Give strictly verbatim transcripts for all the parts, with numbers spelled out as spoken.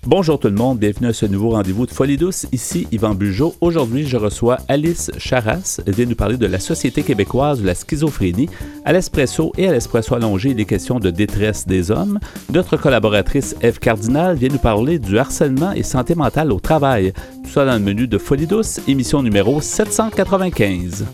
Bonjour tout le monde, bienvenue à ce nouveau rendez-vous de Folie douce. Ici Yvan Bugeaud. Aujourd'hui, je reçois Alice Charras. Elle vient nous parler de la Société québécoise de la schizophrénie. À l'espresso et à l'espresso allongé, il est question de détresse des hommes. Notre collaboratrice Ève Cardinal vient nous parler du harcèlement et santé mentale au travail. Tout ça dans le menu de Folie douce, émission numéro sept cent quatre-vingt-quinze.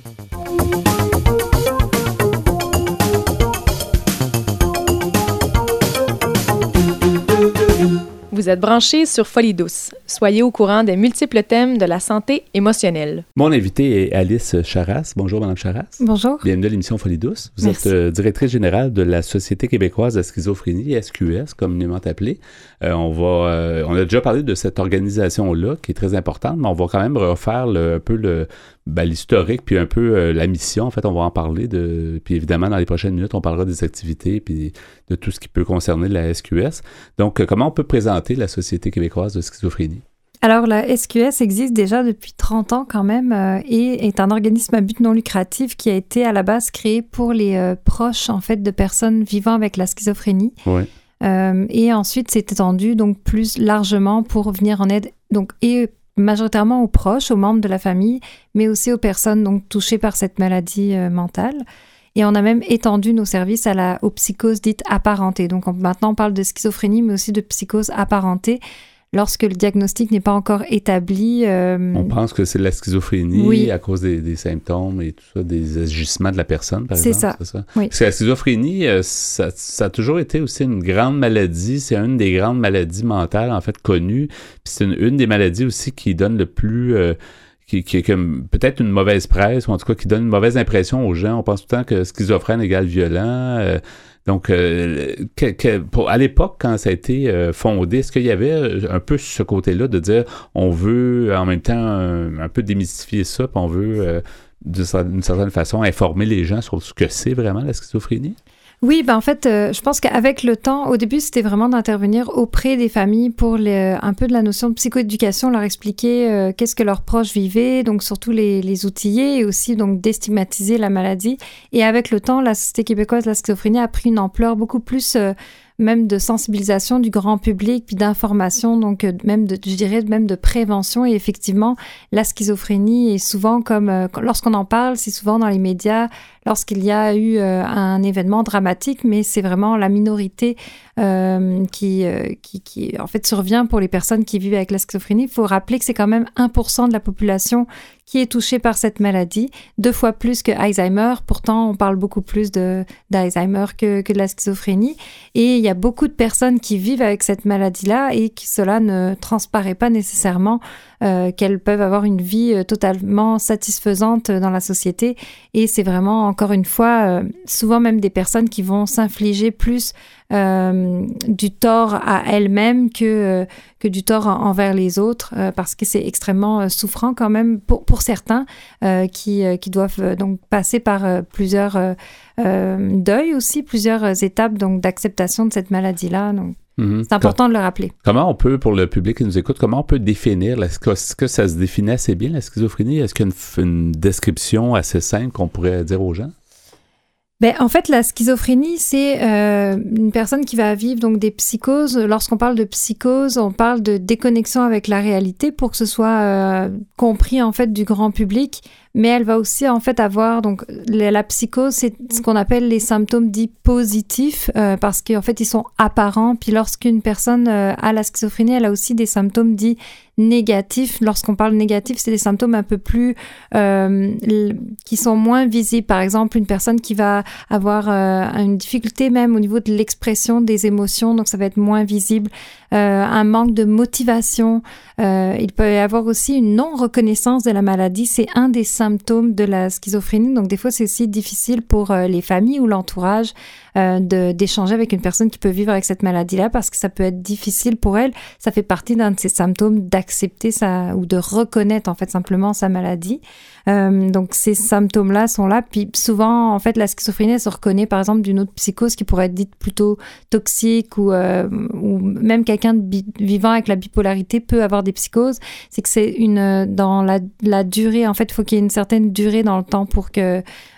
Vous êtes branchés sur Folie douce. Soyez au courant des multiples thèmes de la santé émotionnelle. Mon invité est Alice Charras. Bonjour, Mme Charras. Bonjour. Bienvenue à l'émission Folie douce. Vous Merci. êtes euh, directrice générale de la Société québécoise de la schizophrénie, S Q S, communément appelée. Euh, on, va, euh, on a déjà parlé de cette organisation-là, qui est très importante, mais on va quand même refaire le, un peu le, ben, l'historique, puis un peu euh, la mission. En fait, on va en parler. De, puis évidemment, dans les prochaines minutes, on parlera des activités, puis de tout ce qui peut concerner la S Q S. Donc, euh, comment on peut présenter la Société québécoise de schizophrénie? Alors, la S Q S existe déjà depuis trente ans quand même euh, et est un organisme à but non lucratif qui a été à la base créé pour les euh, proches, en fait, de personnes vivant avec la schizophrénie. Oui. Euh, et ensuite, c'est étendu donc plus largement pour venir en aide, donc, et majoritairement aux proches, aux membres de la famille, mais aussi aux personnes donc, touchées par cette maladie euh, mentale. Et on a même étendu nos services à la, aux psychoses dites apparentées. Donc on, maintenant, on parle de schizophrénie, mais aussi de psychose apparentée, lorsque le diagnostic n'est pas encore établi. Euh... On pense que c'est de la schizophrénie oui. à cause des, des symptômes et tout ça, des agissements de la personne, par c'est exemple. Ça. C'est ça. Oui. Parce que la schizophrénie, ça, ça a toujours été aussi une grande maladie. C'est une des grandes maladies mentales, en fait, connues. Puis c'est une, une des maladies aussi qui donne le plus... Euh, qui, qui, qui a peut-être une mauvaise presse, ou en tout cas qui donne une mauvaise impression aux gens. On pense tout le temps que schizophrène égale violent. Euh, donc, euh, que, que, pour, à l'époque, quand ça a été euh, fondé, est-ce qu'il y avait un peu ce côté-là de dire on veut en même temps un, un peu démystifier ça, puis on veut euh, d'une certaine façon informer les gens sur ce que c'est vraiment la schizophrénie? Oui, ben en fait, euh, je pense qu'avec le temps, au début, c'était vraiment d'intervenir auprès des familles pour les, un peu de la notion de psychoéducation, leur expliquer euh, qu'est-ce que leurs proches vivaient, donc surtout les, les outiller et aussi donc déstigmatiser la maladie. Et avec le temps, la Société québécoise de la schizophrénie a pris une ampleur beaucoup plus... Euh, même de sensibilisation du grand public, puis d'information, donc même de, je dirais même de prévention. Et effectivement, la schizophrénie est souvent comme, euh, lorsqu'on en parle, c'est souvent dans les médias, lorsqu'il y a eu euh, un événement dramatique, mais c'est vraiment la minorité euh, qui, euh, qui, qui, en fait, survient pour les personnes qui vivent avec la schizophrénie. Il faut rappeler que c'est quand même un pour cent de la population qui est touchée par cette maladie, deux fois plus que Alzheimer. Pourtant, on parle beaucoup plus de, d'Alzheimer que, que de la schizophrénie. Et il y a beaucoup de personnes qui vivent avec cette maladie-là et qui cela ne transparaît pas nécessairement euh, qu'elles peuvent avoir une vie euh, totalement satisfaisante dans la société. Et c'est vraiment, encore une fois, euh, souvent même des personnes qui vont s'infliger plus euh, du tort à elles-mêmes que, euh, que du tort en, envers les autres, euh, parce que c'est extrêmement euh, souffrant quand même pour, pour certains euh, qui, euh, qui doivent euh, donc passer par euh, plusieurs euh, euh, deuils aussi, plusieurs étapes donc, d'acceptation de cette maladie-là. Donc, mm-hmm. C'est important de le rappeler. Comment on peut, pour le public qui nous écoute, comment on peut définir, est-ce que, est-ce que ça se définit assez bien, la schizophrénie? Est-ce qu'il y a une, une description assez simple qu'on pourrait dire aux gens? Ben, en fait, la schizophrénie, c'est euh, une personne qui va vivre donc des psychoses. Lorsqu'on parle de psychose, on parle de déconnexion avec la réalité pour que ce soit euh, compris en fait du grand public. Mais elle va aussi en fait avoir donc la, la psychose, c'est ce qu'on appelle les symptômes dits positifs euh, parce qu'en fait ils sont apparents. Puis lorsqu'une personne euh, a la schizophrénie, elle a aussi des symptômes dits négatifs. Lorsqu'on parle négatif, c'est des symptômes un peu plus euh, qui sont moins visibles. Par exemple, une personne qui va avoir euh, une difficulté même au niveau de l'expression des émotions, donc ça va être moins visible. Euh, un manque de motivation. Euh, il peut y avoir aussi une non-reconnaissance de la maladie. C'est un des symptômes de la schizophrénie. Donc, des fois, c'est aussi difficile pour euh, les familles ou l'entourage euh, de, d'échanger avec une personne qui peut vivre avec cette maladie-là parce que ça peut être difficile pour elle. Ça fait partie d'un de ces symptômes d'accepter sa, ou de reconnaître, en fait, simplement sa maladie. Euh, donc, ces symptômes-là sont là. Puis, souvent, en fait, la schizophrénie, elle se reconnaît, par exemple, d'une autre psychose qui pourrait être dite plutôt toxique ou, euh, ou même quelqu'un de bi- vivant avec la bipolarité peut avoir des psychoses. C'est que c'est une, dans la, la durée, en fait, il faut qu'il y ait une certaine durée dans le temps pour que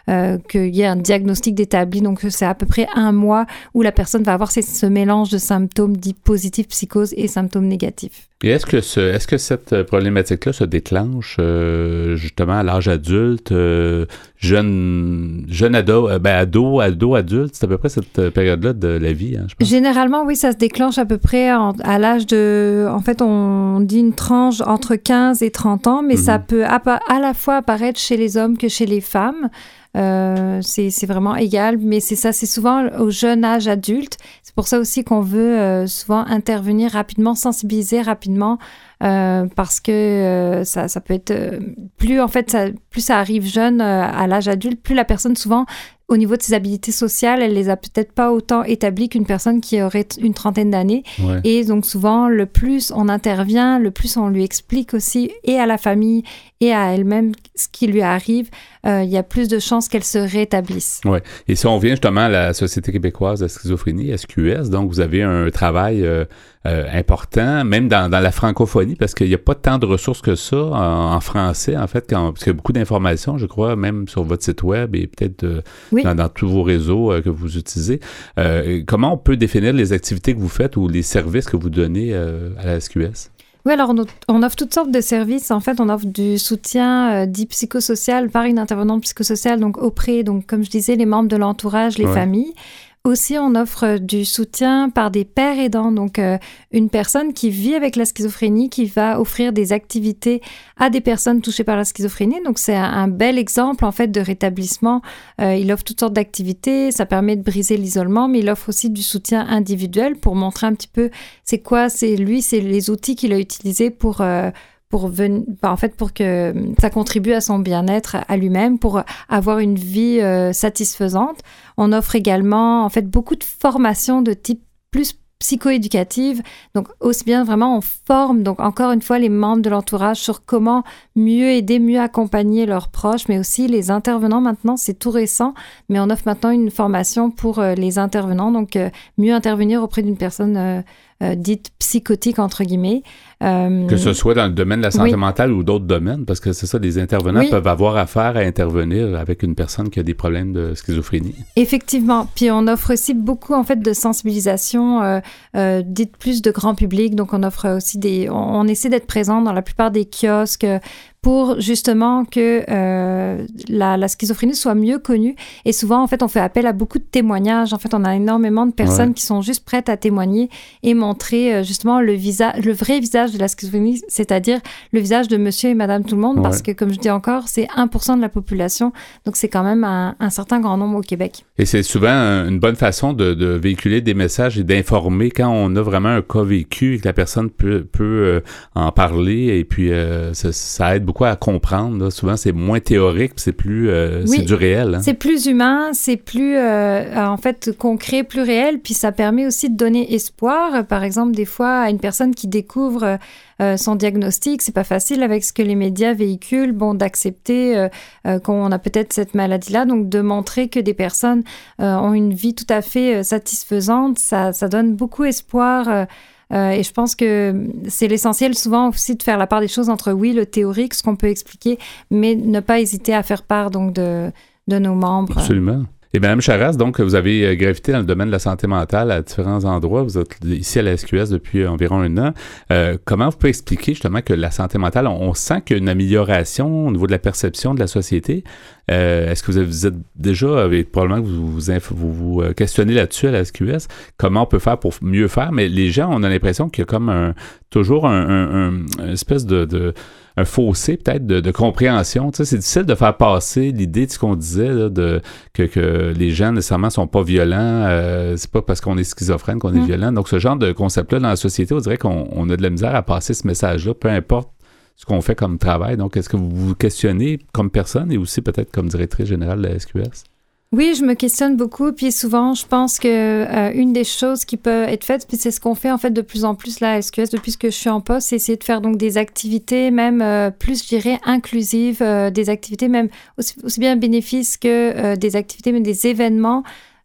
euh, qu'il y ait un diagnostic d'établi. Donc, c'est à peu près un mois où la personne va avoir ces, ce mélange de symptômes dits positifs, psychose, et symptômes négatifs. Et est-ce que, ce, est-ce que cette problématique-là se déclenche euh, justement à l'âge adulte, euh, jeune, jeune ado, euh, ben ado, ado, adulte? C'est à peu près cette période-là de la vie, hein, je pense. Généralement, oui, ça se déclenche à peu près en, à l'âge de... En fait, on dit une tranche entre quinze et trente ans, mais mm-hmm. ça peut à, à la fois apparaître chez les hommes que chez les femmes. Euh, c'est, c'est vraiment égal, mais c'est ça, c'est souvent au jeune âge adulte. C'est pour ça aussi qu'on veut euh, souvent intervenir rapidement, sensibiliser rapidement, euh, parce que euh, ça, ça peut être euh, plus en fait, ça, plus ça arrive jeune euh, à l'âge adulte, plus la personne souvent au niveau de ses habilités sociales, elle les a peut-être pas autant établies qu'une personne qui aurait une trentaine d'années. Ouais. Et donc souvent, le plus on intervient, le plus on lui explique aussi, et à la famille et à elle-même, ce qui lui arrive, euh, il y a plus de chances qu'elle se rétablisse. Oui. Et si on vient justement à la Société québécoise de schizophrénie, S Q S, donc vous avez un travail euh, euh, important, même dans, dans la francophonie, parce qu'il n'y a pas tant de ressources que ça en, en français, en fait, quand, parce qu'il y a beaucoup d'informations, je crois, même sur votre site web et peut-être euh, oui. dans, dans tous vos réseaux euh, que vous utilisez. Euh, comment on peut définir les activités que vous faites ou les services que vous donnez euh, à la S Q S? Oui, alors on, on offre toutes sortes de services. En fait, on offre du soutien euh, dit psychosocial par une intervenante psychosociale, donc auprès, donc comme je disais, les membres de l'entourage, les ouais. familles. Aussi, on offre du soutien par des pairs aidants, donc euh, une personne qui vit avec la schizophrénie, qui va offrir des activités à des personnes touchées par la schizophrénie. Donc, c'est un, un bel exemple, en fait, de rétablissement. Euh, il offre toutes sortes d'activités, ça permet de briser l'isolement, mais il offre aussi du soutien individuel pour montrer un petit peu c'est quoi, c'est lui, c'est les outils qu'il a utilisés pour... Euh, pour venir, en fait, pour que ça contribue à son bien-être à lui-même, pour avoir une vie euh, satisfaisante. On offre également, en fait, beaucoup de formations de type plus psychoéducative. Donc, aussi bien vraiment, on forme, donc encore une fois, les membres de l'entourage sur comment mieux aider, mieux accompagner leurs proches, mais aussi les intervenants. Maintenant, c'est tout récent, mais on offre maintenant une formation pour euh, les intervenants, donc euh, mieux intervenir auprès d'une personne euh, euh, dite psychotique, entre guillemets. Euh, que ce soit dans le domaine de la santé oui. mentale ou d'autres domaines, parce que c'est ça, les intervenants oui. peuvent avoir affaire à intervenir avec une personne qui a des problèmes de schizophrénie. Effectivement. Puis on offre aussi beaucoup, en fait, de sensibilisation euh, euh, dite plus de grand public. Donc, on offre aussi des... On, on essaie d'être présent dans la plupart des kiosques pour justement que euh, la, la schizophrénie soit mieux connue. Et souvent, en fait, on fait appel à beaucoup de témoignages. En fait, on a énormément de personnes ouais. qui sont juste prêtes à témoigner et montrer euh, justement le, visa- le vrai visage de la schizophrénie, c'est-à-dire le visage de monsieur et madame tout le monde, ouais. parce que, comme je dis encore, c'est un pour cent de la population. Donc, c'est quand même un, un certain grand nombre au Québec. Et c'est souvent une bonne façon de, de véhiculer des messages et d'informer quand on a vraiment un cas vécu et que la personne peut, peut euh, en parler. Et puis, euh, ça, ça aide beaucoup à comprendre. Là. Souvent, c'est moins théorique, c'est plus euh, oui, c'est du réel. Hein. C'est plus humain, c'est plus, euh, en fait, concret, plus réel. Puis, ça permet aussi de donner espoir. Par exemple, des fois, à une personne qui découvre euh, son diagnostic, c'est pas facile avec ce que les médias véhiculent, bon, d'accepter euh, euh, qu'on a peut-être cette maladie-là. Donc, de montrer que des personnes euh, ont une vie tout à fait euh, satisfaisante, ça, ça donne beaucoup espoir. Euh, Euh, et je pense que c'est l'essentiel souvent aussi de faire la part des choses entre, oui, le théorique, ce qu'on peut expliquer, mais ne pas hésiter à faire part donc de, de nos membres. Absolument. Et Mme Charras, donc, vous avez gravité dans le domaine de la santé mentale à différents endroits. Vous êtes ici à la S Q S depuis environ un an. Euh, comment vous pouvez expliquer justement que la santé mentale, on, on sent qu'il y a une amélioration au niveau de la perception de la société? Euh, est-ce que vous, avez, vous êtes déjà, avec, probablement que vous vous, vous vous questionnez là-dessus à la S Q S, comment on peut faire pour mieux faire? Mais les gens, on a l'impression qu'il y a comme un, toujours un, un, un, un espèce de... de un fossé peut-être de, de compréhension. Tu sais, c'est difficile de faire passer l'idée de ce qu'on disait, là, de, que, que les gens nécessairement sont pas violents. Euh, c'est pas parce qu'on est schizophrène qu'on est mmh. violent. Donc, ce genre de concept-là dans la société, on dirait qu'on on a de la misère à passer ce message-là, peu importe ce qu'on fait comme travail. Donc, est-ce que vous vous questionnez comme personne et aussi peut-être comme directrice générale de la S Q S? Oui, je me questionne beaucoup, puis souvent, je pense que euh, une des choses qui peut être faite, puis c'est ce qu'on fait en fait de plus en plus là à S Q S depuis que je suis en poste, c'est essayer de faire donc des activités même euh, plus, je dirais, inclusives, euh, des activités même aussi, aussi bien bénéfices que euh, des activités, mais des événements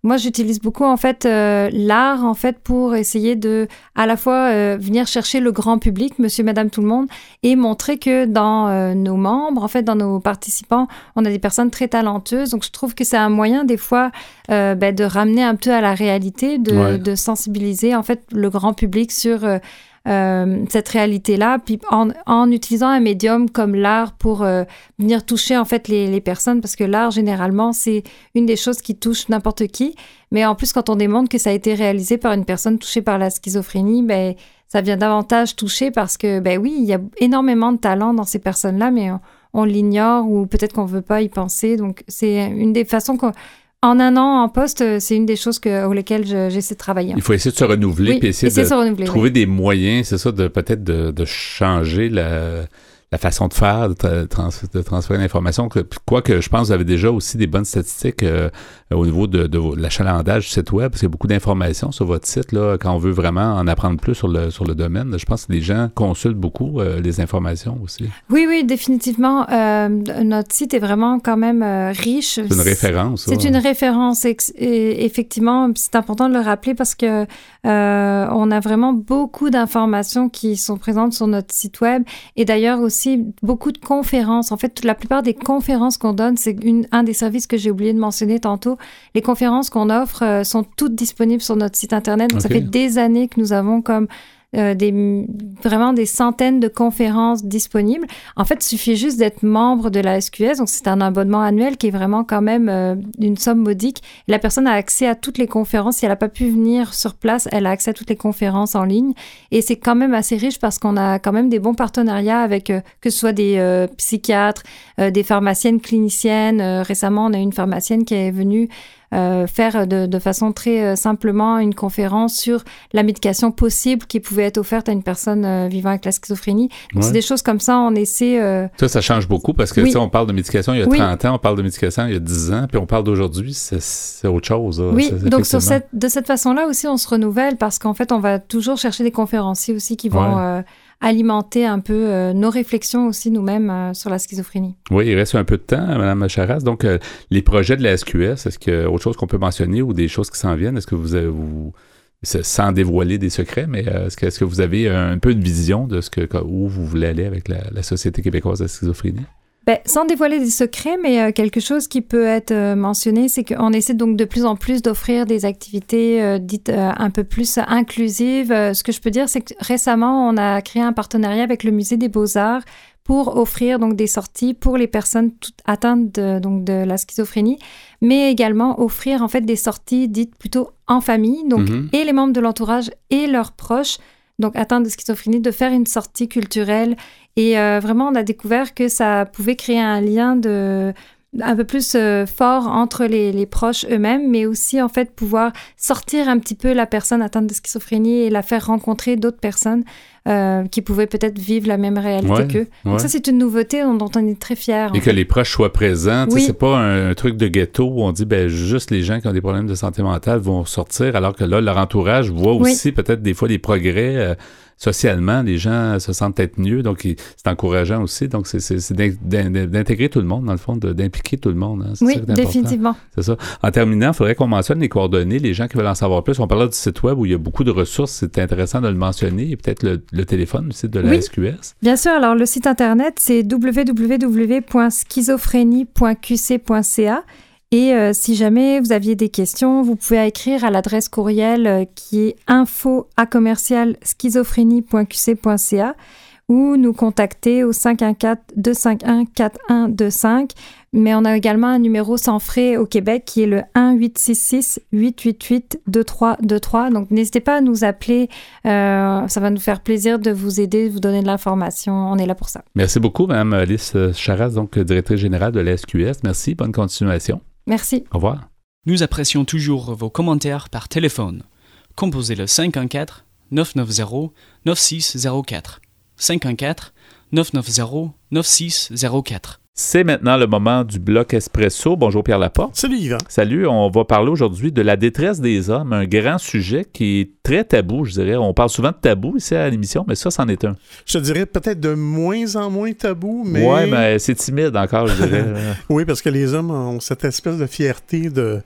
moi, j'utilise beaucoup, en fait, euh, l'art, en fait, pour essayer de, à la fois, euh, venir chercher le grand public, monsieur, madame, tout le monde, et montrer que dans euh, nos membres, en fait, dans nos participants, on a des personnes très talentueuses. Donc, je trouve que c'est un moyen, des fois, euh, ben, de ramener un peu à la réalité, de, ouais. de sensibiliser, en fait, le grand public sur... Euh, Euh, cette réalité-là, puis en, en utilisant un médium comme l'art pour euh, venir toucher en fait les, les personnes, parce que l'art, généralement, c'est une des choses qui touche n'importe qui, mais en plus, quand on démontre que ça a été réalisé par une personne touchée par la schizophrénie, ben, ça vient davantage toucher parce que, ben oui, il y a énormément de talent dans ces personnes-là, mais on, on l'ignore ou peut-être qu'on ne veut pas y penser, donc c'est une des façons qu'on... En un an en poste, c'est une des choses que, auxquelles je, j'essaie de travailler. Il faut essayer de se renouveler, oui, puis essayer, essayer de, de renouveler, trouver oui. des moyens, c'est ça, de peut-être de, de changer la, la façon de faire, de, tra- trans, de transférer l'information. Quoique, je pense que vous avez déjà aussi des bonnes statistiques euh, au niveau de, de, de l'achalandage du site web, parce qu'il y a beaucoup d'informations sur votre site, là, quand on veut vraiment en apprendre plus sur le, sur le domaine. Je pense que les gens consultent beaucoup euh, les informations aussi. Oui, oui, définitivement. Euh, notre site est vraiment quand même euh, riche. C'est une référence. C'est ça. une référence, ex- et effectivement. C'est important de le rappeler parce que euh, on a vraiment beaucoup d'informations qui sont présentes sur notre site web, et d'ailleurs aussi beaucoup de conférences. En fait, la plupart des conférences qu'on donne, c'est une, un des services que j'ai oublié de mentionner tantôt. Les conférences qu'on offre euh, sont toutes disponibles sur notre site Internet. Donc, okay. Ça fait des années que nous avons comme euh, des, vraiment des centaines de conférences disponibles. En fait, il suffit juste d'être membre de la S Q S. Donc, c'est un abonnement annuel qui est vraiment quand même euh, une somme modique. La personne a accès à toutes les conférences. Si elle n'a pas pu venir sur place, elle a accès à toutes les conférences en ligne. Et c'est quand même assez riche parce qu'on a quand même des bons partenariats avec euh, que ce soit des euh, psychiatres, euh, des pharmaciennes cliniciennes. Euh, récemment, on a une pharmacienne qui est venue Euh, faire de, de façon très euh, simplement une conférence sur la médication possible qui pouvait être offerte à une personne euh, vivant avec la schizophrénie. Donc, ouais. C'est des choses comme ça, on essaie... Euh... Ça, ça change beaucoup parce que, oui. tu sais, on parle de médication il y a oui. trente ans, on parle de médication il y a dix ans, puis on parle d'aujourd'hui, c'est, c'est autre chose. Là. Oui, c'est, donc sur cette, de cette façon-là aussi, on se renouvelle parce qu'en fait, on va toujours chercher des conférenciers aussi qui vont... Ouais. Euh, alimenter un peu euh, nos réflexions aussi nous-mêmes euh, sur la schizophrénie. Oui, il reste un peu de temps, Mme Charras. Donc, euh, les projets de la S Q S, est-ce qu'il y a autre chose qu'on peut mentionner ou des choses qui s'en viennent? Est-ce que vous avez, vous, sans dévoiler des secrets, mais euh, est-ce, que, est-ce que vous avez un peu une vision de ce que, où vous voulez aller avec la, la Société québécoise de la schizophrénie? Ben, sans dévoiler des secrets, mais euh, quelque chose qui peut être euh, mentionné, c'est qu'on essaie donc de plus en plus d'offrir des activités euh, dites euh, un peu plus inclusives. Euh, ce que je peux dire, c'est que récemment, on a créé un partenariat avec le Musée des Beaux-Arts pour offrir donc des sorties pour les personnes toutes atteintes de, donc de la schizophrénie, mais également offrir en fait des sorties dites plutôt en famille, donc mm-hmm. et les membres de l'entourage et leurs proches, donc atteints de schizophrénie, de faire une sortie culturelle. Et euh, vraiment, on a découvert que ça pouvait créer un lien de, un peu plus euh, fort entre les, les proches eux-mêmes, mais aussi, en fait, pouvoir sortir un petit peu la personne atteinte de schizophrénie et la faire rencontrer d'autres personnes euh, qui pouvaient peut-être vivre la même réalité ouais, qu'eux. Donc ouais. ça, c'est une nouveauté dont on est très fiers. Et que fait. Les proches soient présents. Oui. C'est pas un, un truc de ghetto où on dit ben juste les gens qui ont des problèmes de santé mentale vont sortir, alors que là, leur entourage voit aussi oui. peut-être des fois des progrès euh, socialement, les gens se sentent peut-être mieux, donc c'est encourageant aussi. Donc, c'est, c'est, c'est d'intégrer tout le monde, dans le fond, de, d'impliquer tout le monde. Hein. C'est oui, ça qui est définitivement. important. C'est ça. En terminant, il faudrait qu'on mentionne les coordonnées, les gens qui veulent en savoir plus. On parlait du site web où il y a beaucoup de ressources, c'est intéressant de le mentionner, et peut-être le, le téléphone aussi de la oui, S Q S. Bien sûr, alors le site Internet, c'est w w w point schizophrénie point q c point c a. Et euh, si jamais vous aviez des questions, vous pouvez écrire à l'adresse courriel euh, qui est info à commercial schizophrénie point q c point c a ou nous contacter au cinq un quatre, deux cinq un, quatre un deux cinq. Mais on a également un numéro sans frais au Québec qui est le un huit six six, huit huit huit, deux trois deux trois. Donc, n'hésitez pas à nous appeler. Euh, ça va nous faire plaisir de vous aider, de vous donner de l'information. On est là pour ça. Merci beaucoup, Mme Alice Charras, donc directrice générale de la S Q S. Merci. Bonne continuation. Merci. Au revoir. Nous apprécions toujours vos commentaires par téléphone. Composez le cinq un quatre, neuf neuf zéro, neuf six zéro quatre. cinq un quatre, neuf neuf zéro, neuf six zéro quatre. C'est maintenant le moment du bloc Espresso. Bonjour Pierre Laporte. Salut Yvan. Salut, on va parler aujourd'hui de la détresse des hommes, un grand sujet qui est très tabou, je dirais. On parle souvent de tabou ici à l'émission, mais ça, c'en est un. Je dirais peut-être de moins en moins tabou, mais... Oui, mais c'est timide encore, je dirais. Oui, parce que les hommes ont cette espèce de fierté de...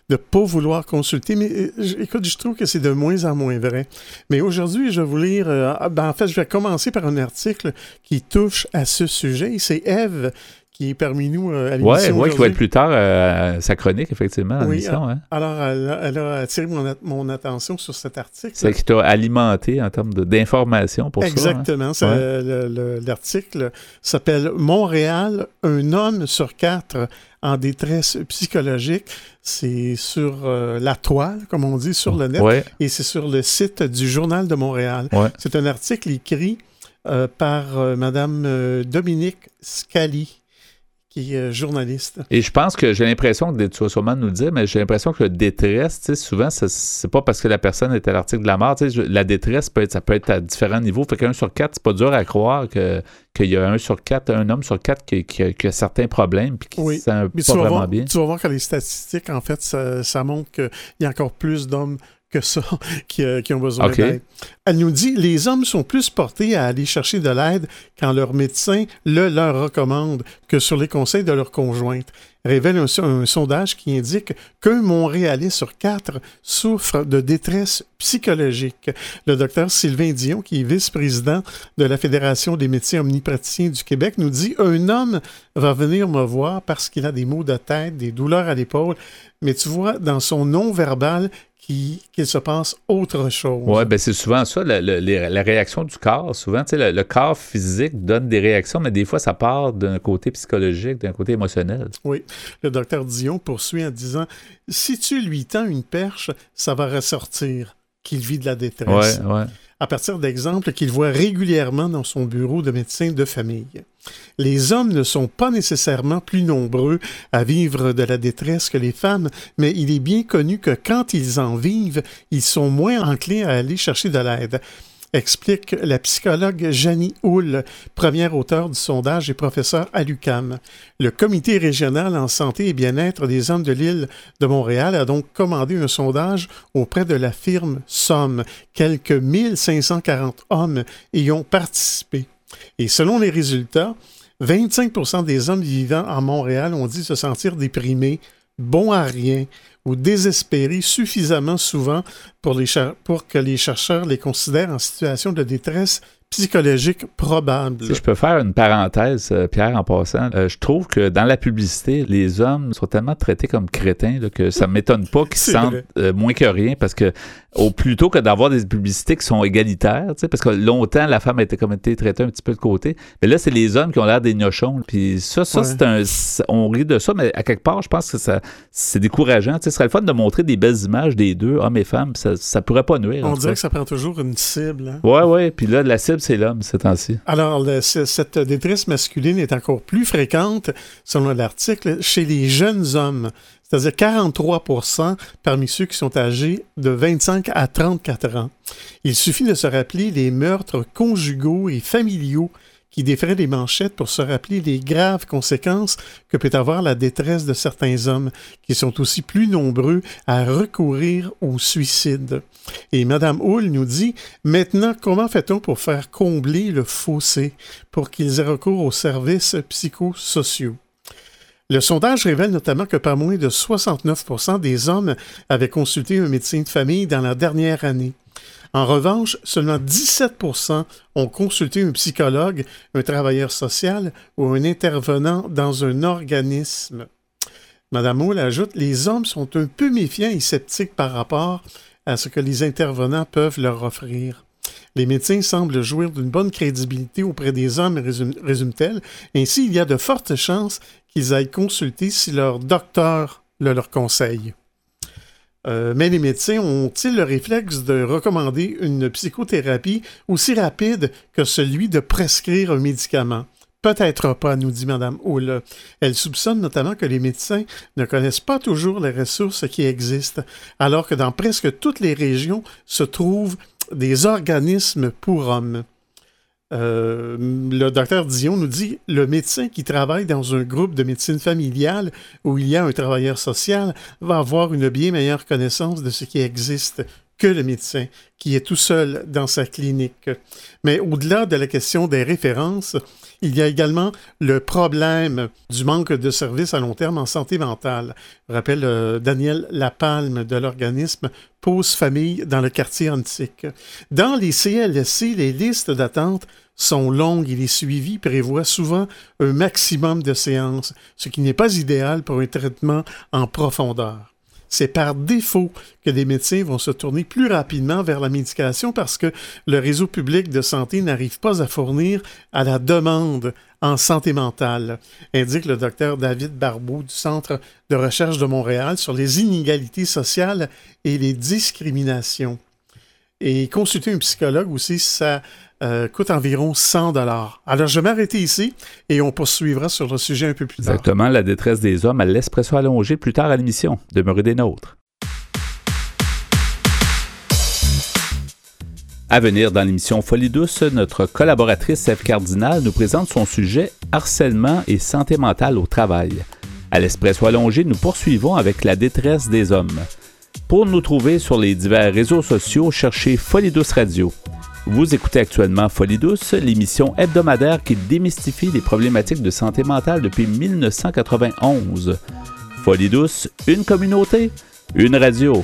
de pas vouloir consulter. Mais euh, écoute, je trouve que c'est de moins en moins vrai. Mais aujourd'hui, je vais vous lire... Euh, ben, en fait, je vais commencer par un article qui touche à ce sujet. C'est Ève qui est parmi nous euh, à l'émission ouais, aujourd'hui. Oui, qui va être plus tard euh, sa chronique, effectivement, à oui, l'émission. a, Hein. Alors, elle a, elle a attiré mon, a- mon attention sur cet article. C'est qui t'a alimenté en termes de, d'information pour Exactement. ça. Exactement. Hein? Ouais. Le, le, l'article s'appelle « Montréal, un homme sur quatre en détresse psychologique ». C'est sur euh, la toile, comme on dit, sur le net, ouais. et c'est sur le site du Journal de Montréal. Ouais. C'est un article écrit euh, par euh, Mme euh, Dominique Scali, qui est journaliste. Et je pense que j'ai l'impression, que tu vas sûrement nous le dire, mais j'ai l'impression que la détresse, tu sais, souvent, ça, c'est pas parce que la personne est à l'article de la mort. Tu sais, la détresse, peut être, ça peut être à différents niveaux. Fait qu'un sur quatre, c'est pas dur à croire que, qu'il y a un sur quatre, un homme sur quatre qui, qui, qui a certains problèmes puis qui oui. se sent Mais pas vraiment voir, bien. Tu vas voir que les statistiques, en fait, ça, ça montre qu'il y a encore plus d'hommes que ça qui, euh, qui ont besoin okay. d'aide. Elle nous dit « Les hommes sont plus portés à aller chercher de l'aide quand leur médecin le leur recommande que sur les conseils de leur conjointe. » Révèle un, un sondage qui indique qu'un Montréalais sur quatre souffre de détresse psychologique. Le docteur Sylvain Dion, qui est vice-président de la Fédération des médecins omnipraticiens du Québec, nous dit « Un homme va venir me voir parce qu'il a des maux de tête, des douleurs à l'épaule, mais tu vois, dans son non-verbal, qu'il, qu'il se passe autre chose. » Oui, bien c'est souvent ça, le, le, les, la réaction du corps. Souvent, tu sais, le, le corps physique donne des réactions, mais des fois, ça part d'un côté psychologique, d'un côté émotionnel. Oui. Le docteur Dion poursuit en disant « Si tu lui tends une perche, ça va ressortir qu'il vit de la détresse. » Ouais, ouais. À partir d'exemples qu'il voit régulièrement dans son bureau de médecin de famille. Les hommes ne sont pas nécessairement plus nombreux à vivre de la détresse que les femmes, mais il est bien connu que quand ils en vivent, ils sont moins enclins à aller chercher de l'aide. Explique la psychologue Janie Houle, première auteure du sondage et professeure à l'U Q A M. Le Comité régional en santé et bien-être des hommes de l'île de Montréal a donc commandé un sondage auprès de la firme Somme. Quelques mille cinq cent quarante hommes y ont participé. Et selon les résultats, vingt-cinq pour cent des hommes vivant à Montréal ont dit se sentir déprimés, bons à rien ou désespérés suffisamment souvent pour, les cher- pour que les chercheurs les considèrent en situation de détresse psychologique probable. Si je peux faire une parenthèse, euh, Pierre, en passant, euh, je trouve que dans la publicité, les hommes sont tellement traités comme crétins là, que ça ne m'étonne pas qu'ils se sentent euh, moins que rien, parce que au plutôt que d'avoir des publicités qui sont égalitaires, parce que longtemps, la femme a été, comme été traitée un petit peu de côté, mais là, c'est les hommes qui ont l'air des gnochons. Puis ça, ça ouais. c'est un, c'est, on rit de ça, mais à quelque part, je pense que ça, c'est décourageant. Ce serait le fun de montrer des belles images des deux, hommes et femmes, ça, ça pourrait pas nuire. On dirait que ça prend toujours une cible. Hein? Oui, oui, puis là, la cible, c'est l'homme, ces temps-ci. Alors, le, cette détresse masculine est encore plus fréquente, selon l'article, chez les jeunes hommes. C'est-à-dire quarante-trois pour cent parmi ceux qui sont âgés de vingt-cinq à trente-quatre ans. Il suffit de se rappeler les meurtres conjugaux et familiaux qui défraient les manchettes pour se rappeler les graves conséquences que peut avoir la détresse de certains hommes, qui sont aussi plus nombreux à recourir au suicide. Et Mme Houle nous dit « Maintenant, comment fait-on pour faire combler le fossé pour qu'ils aient recours aux services psychosociaux? » Le sondage révèle notamment que pas moins de soixante-neuf pour cent des hommes avaient consulté un médecin de famille dans la dernière année. En revanche, seulement dix-sept pour cent ont consulté un psychologue, un travailleur social ou un intervenant dans un organisme. Madame Houle ajoute « Les hommes sont un peu méfiants et sceptiques par rapport à ce que les intervenants peuvent leur offrir. Les médecins semblent jouir d'une bonne crédibilité auprès des hommes, résume-t-elle. Ainsi, il y a de fortes chances qu'ils aillent consulter si leur docteur le leur conseille. Euh, mais les médecins ont-ils le réflexe de recommander une psychothérapie aussi rapide que celui de prescrire un médicament? Peut-être pas, nous dit Mme Houle. Elle soupçonne notamment que les médecins ne connaissent pas toujours les ressources qui existent, alors que dans presque toutes les régions se trouvent des organismes pour hommes. Euh, le docteur Dion nous dit « Le médecin qui travaille dans un groupe de médecine familiale où il y a un travailleur social va avoir une bien meilleure connaissance de ce qui existe que le médecin qui est tout seul dans sa clinique. Mais au-delà de la question des références, il y a également le problème du manque de services à long terme en santé mentale. Je rappelle euh, Daniel Lapalme de l'organisme Pause Famille dans le quartier antique. Dans les C L S C, les listes d'attente sont longues et les suivis prévoient souvent un maximum de séances, ce qui n'est pas idéal pour un traitement en profondeur. C'est par défaut que les médecins vont se tourner plus rapidement vers la médication parce que le réseau public de santé n'arrive pas à fournir à la demande en santé mentale, indique le docteur David Barbeau du Centre de recherche de Montréal sur les inégalités sociales et les discriminations. Et consulter un psychologue aussi, ça euh, coûte environ cent dollars. Alors, je vais m'arrêter ici et on poursuivra sur le sujet un peu plus tard. Exactement, la détresse des hommes à l'Espresso allongé plus tard à l'émission. Demeurez des nôtres. À venir dans l'émission Folie douce, notre collaboratrice Ève Cardinal nous présente son sujet « Harcèlement et santé mentale au travail ». À l'Espresso allongé, nous poursuivons avec la détresse des hommes. Pour nous trouver sur les divers réseaux sociaux, cherchez Folie douce Radio. Vous écoutez actuellement Folie douce, l'émission hebdomadaire qui démystifie les problématiques de santé mentale depuis dix-neuf cent quatre-vingt-onze. Folie douce, une communauté, une radio.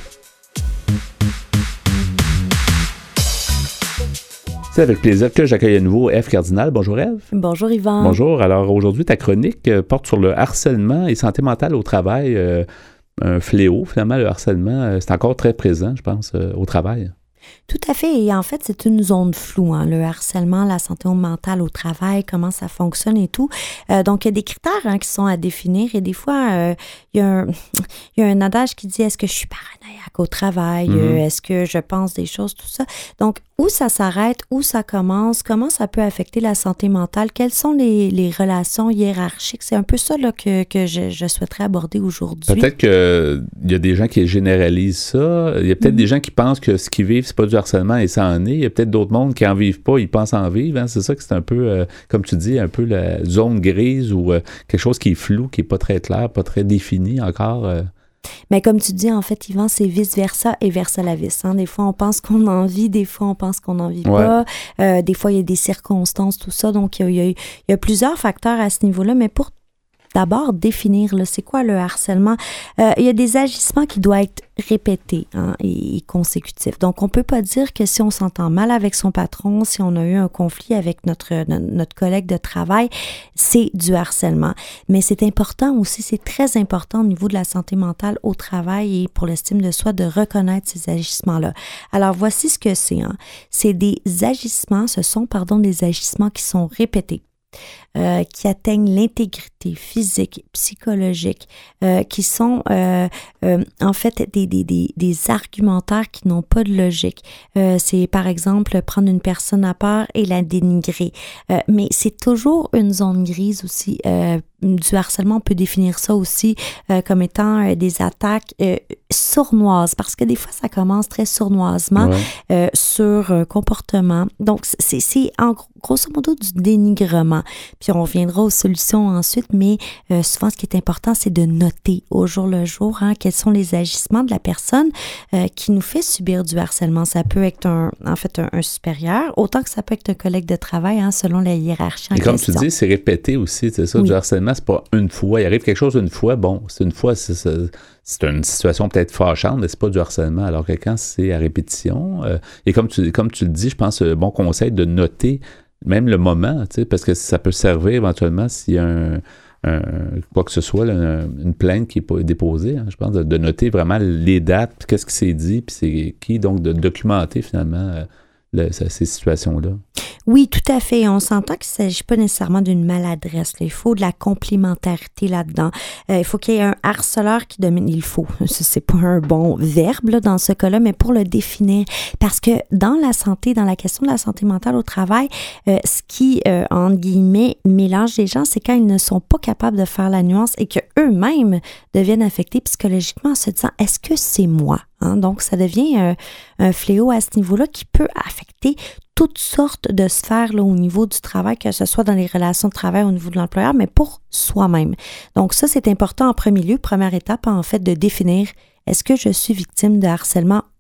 C'est avec plaisir que j'accueille à nouveau Ève Cardinal. Bonjour Ève. Bonjour Yvan. Bonjour. Alors aujourd'hui, ta chronique euh, porte sur le harcèlement et santé mentale au travail. Euh, un fléau, finalement, le harcèlement, euh, c'est encore très présent, je pense, euh, au travail. Tout à fait. Et en fait, c'est une zone floue, hein, le harcèlement, la santé mentale au travail, comment ça fonctionne et tout. Euh, donc, il y a des critères hein, qui sont à définir et des fois, euh, il, y a un, il y a un adage qui dit « Est-ce que je suis paranoïaque au travail? Mm-hmm. euh, Est-ce que je pense des choses? » Tout ça. Donc, où ça s'arrête, où ça commence, comment ça peut affecter la santé mentale, quelles sont les, les relations hiérarchiques. C'est un peu ça là, que, que je, je souhaiterais aborder aujourd'hui. Peut-être qu'il y a des gens qui généralisent ça. Il y a peut-être mm-hmm. des gens qui pensent que ce qu'ils vivent, c'est pas du harcèlement et ça en est. Il y a peut-être d'autres mondes qui en vivent pas, ils pensent en vivre. Hein? C'est ça que c'est un peu, euh, comme tu dis, un peu la zone grise ou euh, quelque chose qui est flou, qui est pas très clair, pas très défini encore. Euh. Mais comme tu dis, en fait, Yvan, c'est vice-versa et versa-la-vis. Hein? Des fois, on pense qu'on en vit, des fois, on pense qu'on n'en vit ouais. pas. Euh, des fois, il y a des circonstances, tout ça. Donc, il y a, il y a plusieurs facteurs à ce niveau-là. Mais pour d'abord définir, là, c'est quoi le harcèlement? Euh, il y a des agissements qui doivent être répétés hein, et, et consécutifs. Donc, on ne peut pas dire que si on s'entend mal avec son patron, si on a eu un conflit avec notre, notre, notre collègue de travail, c'est du harcèlement. Mais c'est important aussi, c'est très important au niveau de la santé mentale au travail et pour l'estime de soi de reconnaître ces agissements-là. Alors, voici ce que c'est. Hein. C'est des agissements, ce sont, pardon, des agissements qui sont répétés. Euh, qui atteignent l'intégrité physique, psychologique, euh, qui sont euh, euh, en fait des, des, des, des argumentaires qui n'ont pas de logique. Euh, c'est par exemple prendre une personne à part et la dénigrer. Euh, mais c'est toujours une zone grise aussi. Euh, du harcèlement, on peut définir ça aussi euh, comme étant euh, des attaques euh, sournoises, parce que des fois, ça commence très sournoisement ouais. euh, sur un comportement. Donc, c'est, c'est en gros, grosso modo du dénigrement. Puis on reviendra aux solutions ensuite, mais euh, souvent, ce qui est important, c'est de noter au jour le jour hein, quels sont les agissements de la personne euh, qui nous fait subir du harcèlement. Ça peut être un, en fait un, un supérieur, autant que ça peut être un collègue de travail, hein, selon la hiérarchie en Et comme question. tu dis, c'est répété aussi, c'est ça, oui. Du harcèlement, c'est pas une fois. Il arrive quelque chose une fois, bon, c'est une fois, c'est, c'est, c'est une situation peut-être fâchante, mais c'est pas du harcèlement. Alors que quand c'est à répétition, euh, et comme tu, comme tu le dis, je pense, bon conseil de noter même le moment, tu sais, parce que ça peut servir éventuellement s'il y a un, un quoi que ce soit, là, une plainte qui est déposée, hein, je pense, de, de noter vraiment les dates, puis qu'est-ce qui s'est dit, puis c'est qui, donc de documenter finalement euh, le, ces situations-là. Oui, tout à fait. On s'entend qu'il ne s'agit pas nécessairement d'une maladresse. Là. Il faut de la complémentarité là-dedans. Euh, il faut qu'il y ait un harceleur qui domine. Il faut. Ce n'est pas un bon verbe là, dans ce cas-là, mais pour le définir. Parce que dans la santé, dans la question de la santé mentale au travail, euh, ce qui, euh, entre guillemets, mélange les gens, c'est quand ils ne sont pas capables de faire la nuance et qu'eux-mêmes deviennent affectés psychologiquement en se disant « Est-ce que c'est moi? » Hein? Donc, ça devient euh, un fléau à ce niveau-là qui peut affecter toutes sortes de sphères là, au niveau du travail, que ce soit dans les relations de travail au niveau de l'employeur, mais pour soi-même. Donc ça, c'est important en premier lieu, première étape, en fait, de définir est-ce que je suis victime de harcèlement ou non.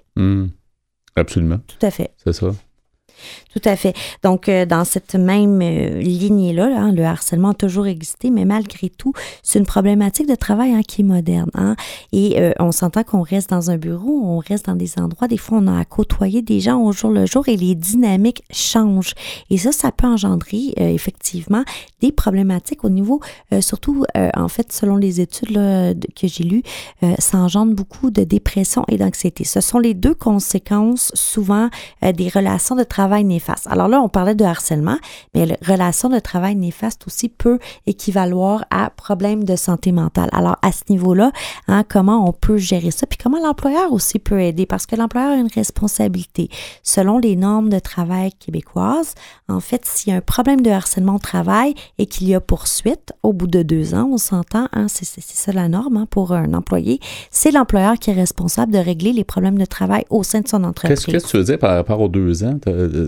Mmh. Absolument. Tout à fait. C'est ça. Tout à fait. Donc, euh, dans cette même euh, lignée-là, là, hein, le harcèlement a toujours existé, mais malgré tout, c'est une problématique de travail hein, qui est moderne. Hein, et euh, on s'entend qu'on reste dans un bureau, on reste dans des endroits, des fois, on a à côtoyer des gens au jour le jour et les dynamiques changent. Et ça, ça peut engendrer, euh, effectivement, des problématiques au niveau, euh, surtout, euh, en fait, selon les études là, que j'ai lues, euh, ça engendre beaucoup de dépression et d'anxiété. Ce sont les deux conséquences, souvent, euh, des relations de travail néfaste. Alors là, on parlait de harcèlement, mais la relation de travail néfaste aussi peut équivaloir à problème de santé mentale. Alors, à ce niveau-là, hein, comment on peut gérer ça? Puis comment l'employeur aussi peut aider? Parce que l'employeur a une responsabilité. Selon les normes de travail québécoises, en fait, s'il y a un problème de harcèlement au travail et qu'il y a poursuite, au bout de deux ans, on s'entend, hein, c'est, c'est, c'est ça la norme hein, pour un employé, c'est l'employeur qui est responsable de régler les problèmes de travail au sein de son entreprise. Qu'est-ce, qu'est-ce que tu veux dire par rapport aux deux ans?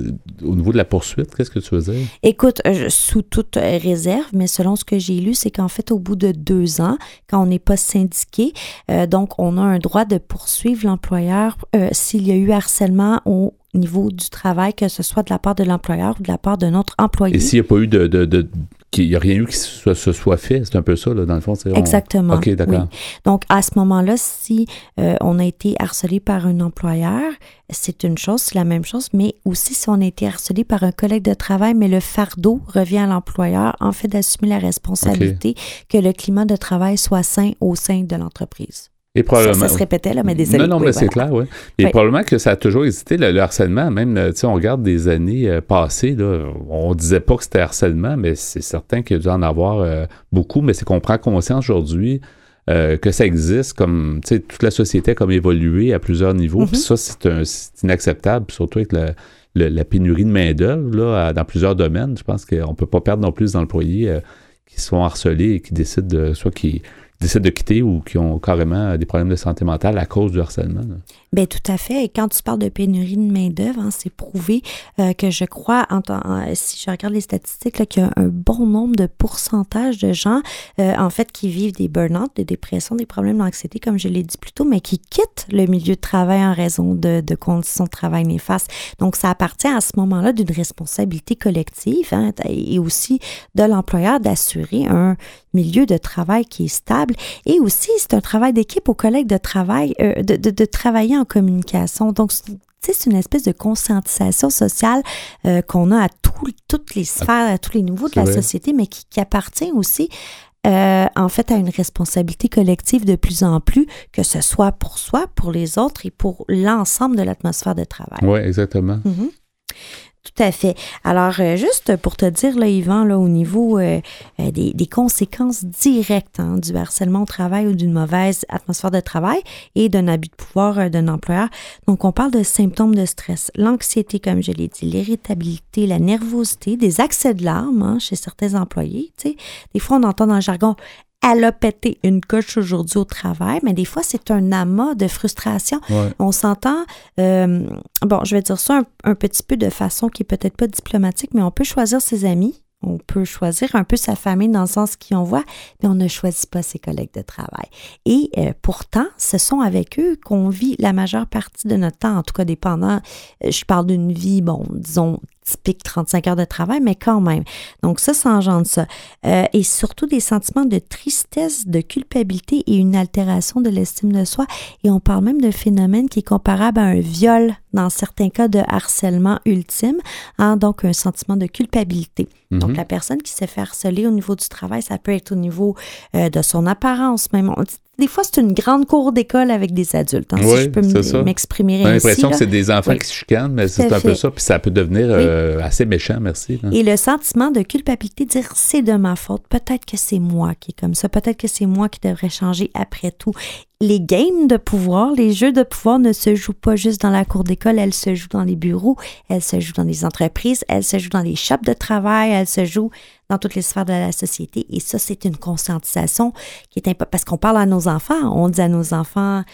Au niveau de la poursuite, qu'est-ce que tu veux dire? Écoute, euh, sous toute réserve, mais selon ce que j'ai lu, c'est qu'en fait, au bout de deux ans, quand on n'est pas syndiqué, euh, donc on a un droit de poursuivre l'employeur euh, s'il y a eu harcèlement au niveau du travail, que ce soit de la part de l'employeur ou de la part d'un autre employé. Et s'il n'y a pas eu de... de, de qu'il n'y a rien eu qui se, se soit fait, c'est un peu ça, là, dans le fond. C'est, on... Exactement. OK, d'accord. Oui. Donc, à ce moment-là, si euh, on a été harcelé par un employeur, c'est une chose, c'est la même chose, mais aussi si on a été harcelé par un collègue de travail, mais le fardeau revient à l'employeur, en fait, d'assumer la responsabilité okay. que le climat de travail soit sain au sein de l'entreprise. Et probablement, ça, ça se répétait, là, mais désolé. Non, non, oui, mais voilà. c'est clair, oui. Et oui. probablement que ça a toujours existé, le, le harcèlement. Même, tu sais, on regarde des années euh, passées, là, on disait pas que c'était harcèlement, mais c'est certain qu'il y a dû en avoir euh, beaucoup, mais c'est qu'on prend conscience aujourd'hui euh, que ça existe, comme, tu sais, toute la société a comme évolué à plusieurs niveaux, mm-hmm. puis ça, c'est, un, c'est inacceptable, surtout avec le, le, la pénurie de main-d'œuvre, là, à, dans plusieurs domaines. Je pense qu'on peut pas perdre non plus d'employés euh, qui sont harcelés et qui décident de, soit qui décident de quitter ou qui ont carrément des problèmes de santé mentale à cause du harcèlement. Bien, tout à fait. Et quand tu parles de pénurie de main-d'œuvre, hein, c'est prouvé euh, que je crois, en, en, si je regarde les statistiques, là, qu'il y a un bon nombre de pourcentages de gens, euh, en fait, qui vivent des burn-out, des dépressions, des problèmes d'anxiété, comme je l'ai dit plus tôt, mais qui quittent le milieu de travail en raison de, de conditions de travail néfastes. Donc, ça appartient à ce moment-là d'une responsabilité collective hein, et aussi de l'employeur d'assurer un milieu de travail qui est stable. Et aussi, c'est un travail d'équipe aux collègues de travail, euh, de, de, de travailler en communication. Donc, c'est, c'est une espèce de conscientisation sociale euh, qu'on a à tout, toutes les sphères, à tous les niveaux de la société, mais qui, qui appartient aussi euh, en fait à une responsabilité collective de plus en plus, que ce soit pour soi, pour les autres et pour l'ensemble de l'atmosphère de travail. Oui, exactement. Mm-hmm. Tout à fait. Alors, euh, juste pour te dire, là, Yvan, là, au niveau euh, euh, des, des conséquences directes hein, du harcèlement au travail ou d'une mauvaise atmosphère de travail et d'un abus de pouvoir euh, d'un employeur. Donc, on parle de symptômes de stress, l'anxiété, comme je l'ai dit, l'irritabilité, la nervosité, des accès de larmes hein, chez certains employés. Tu sais. Des fois, on entend dans le jargon elle a pété une coche aujourd'hui au travail, mais des fois, c'est un amas de frustration. Ouais. On s'entend, euh, bon, je vais dire ça un, un petit peu de façon qui est peut-être pas diplomatique, mais on peut choisir ses amis, on peut choisir un peu sa famille dans le sens qui on voit, mais on ne choisit pas ses collègues de travail. Et euh, pourtant, ce sont avec eux qu'on vit la majeure partie de notre temps, en tout cas dépendant, je parle d'une vie, bon, disons, typique trente-cinq heures de travail, mais quand même. Donc ça, ça engendre ça. Euh, et surtout des sentiments de tristesse, de culpabilité et une altération de l'estime de soi. Et on parle même de phénomène qui est comparable à un viol dans certains cas de harcèlement ultime, hein, donc un sentiment de culpabilité. Mm-hmm. Donc la personne qui s'est fait harceler au niveau du travail, ça peut être au niveau euh, de son apparence même. On, des fois, c'est une grande cour d'école avec des adultes, hein, oui, si je peux m- m'exprimer ainsi. On a l'impression là. que c'est des enfants oui. qui se chicanent, mais c'est Tout un fait. peu ça, puis ça peut devenir oui. euh, assez méchant, merci. Là. Et le sentiment de culpabilité, dire c'est de ma faute, peut-être que c'est moi qui est comme ça, peut-être que c'est moi qui devrais changer après tout. Les games de pouvoir, les jeux de pouvoir ne se jouent pas juste dans la cour d'école, elles se jouent dans les bureaux, elles se jouent dans les entreprises, elles se jouent dans les shops de travail, elles se jouent dans toutes les sphères de la société. Et ça, c'est une conscientisation qui est importante. Parce qu'on parle à nos enfants, on dit à nos enfants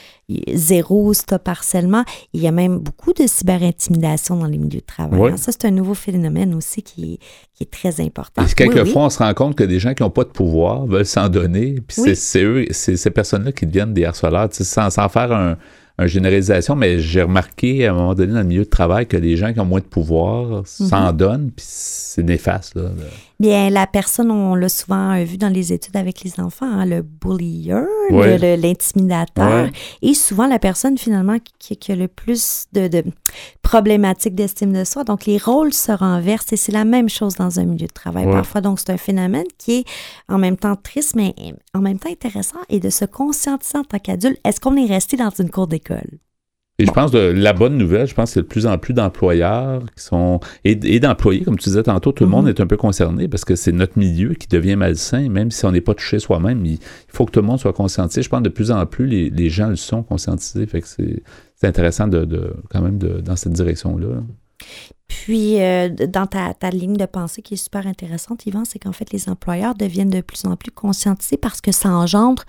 zéro stop harcèlement. Il y a même beaucoup de cyberintimidation dans les milieux de travail. Oui. Ça, c'est un nouveau phénomène aussi qui est, qui est très important. Et quelquefois, oui, oui. on se rend compte que des gens qui n'ont pas de pouvoir veulent s'en donner. Puis oui. c'est, c'est eux, c'est ces personnes-là qui deviennent des harceleurs, sans, sans faire un, une généralisation, mais j'ai remarqué à un moment donné dans le milieu de travail que les gens qui ont moins de pouvoir s'en mm-hmm. donnent, puis c'est néfaste. Là, de... Bien, la personne, on l'a souvent vu dans les études avec les enfants, hein, le bullier, ouais. le, le, l'intimidateur, ouais. et souvent la personne finalement qui, qui a le plus de, de problématiques d'estime de soi. Donc, les rôles se renversent et c'est la même chose dans un milieu de travail ouais. parfois. Donc, c'est un phénomène qui est en même temps triste, mais en même temps intéressant et de se conscientiser en tant qu'adulte. Est-ce qu'on est resté dans une cour d'école? Et je pense que la bonne nouvelle, je pense que c'est de plus en plus d'employeurs qui sont et, et d'employés, comme tu disais tantôt, tout le mm-hmm. monde est un peu concerné parce que c'est notre milieu qui devient malsain, même si on n'est pas touché soi-même, il faut que tout le monde soit conscientisé. Je pense que de plus en plus, les, les gens le sont conscientisés, fait que c'est, c'est intéressant de, de quand même de, dans cette direction-là. Puis, euh, dans ta, ta ligne de pensée qui est super intéressante, Yvan, c'est qu'en fait, les employeurs deviennent de plus en plus conscientisés parce que ça engendre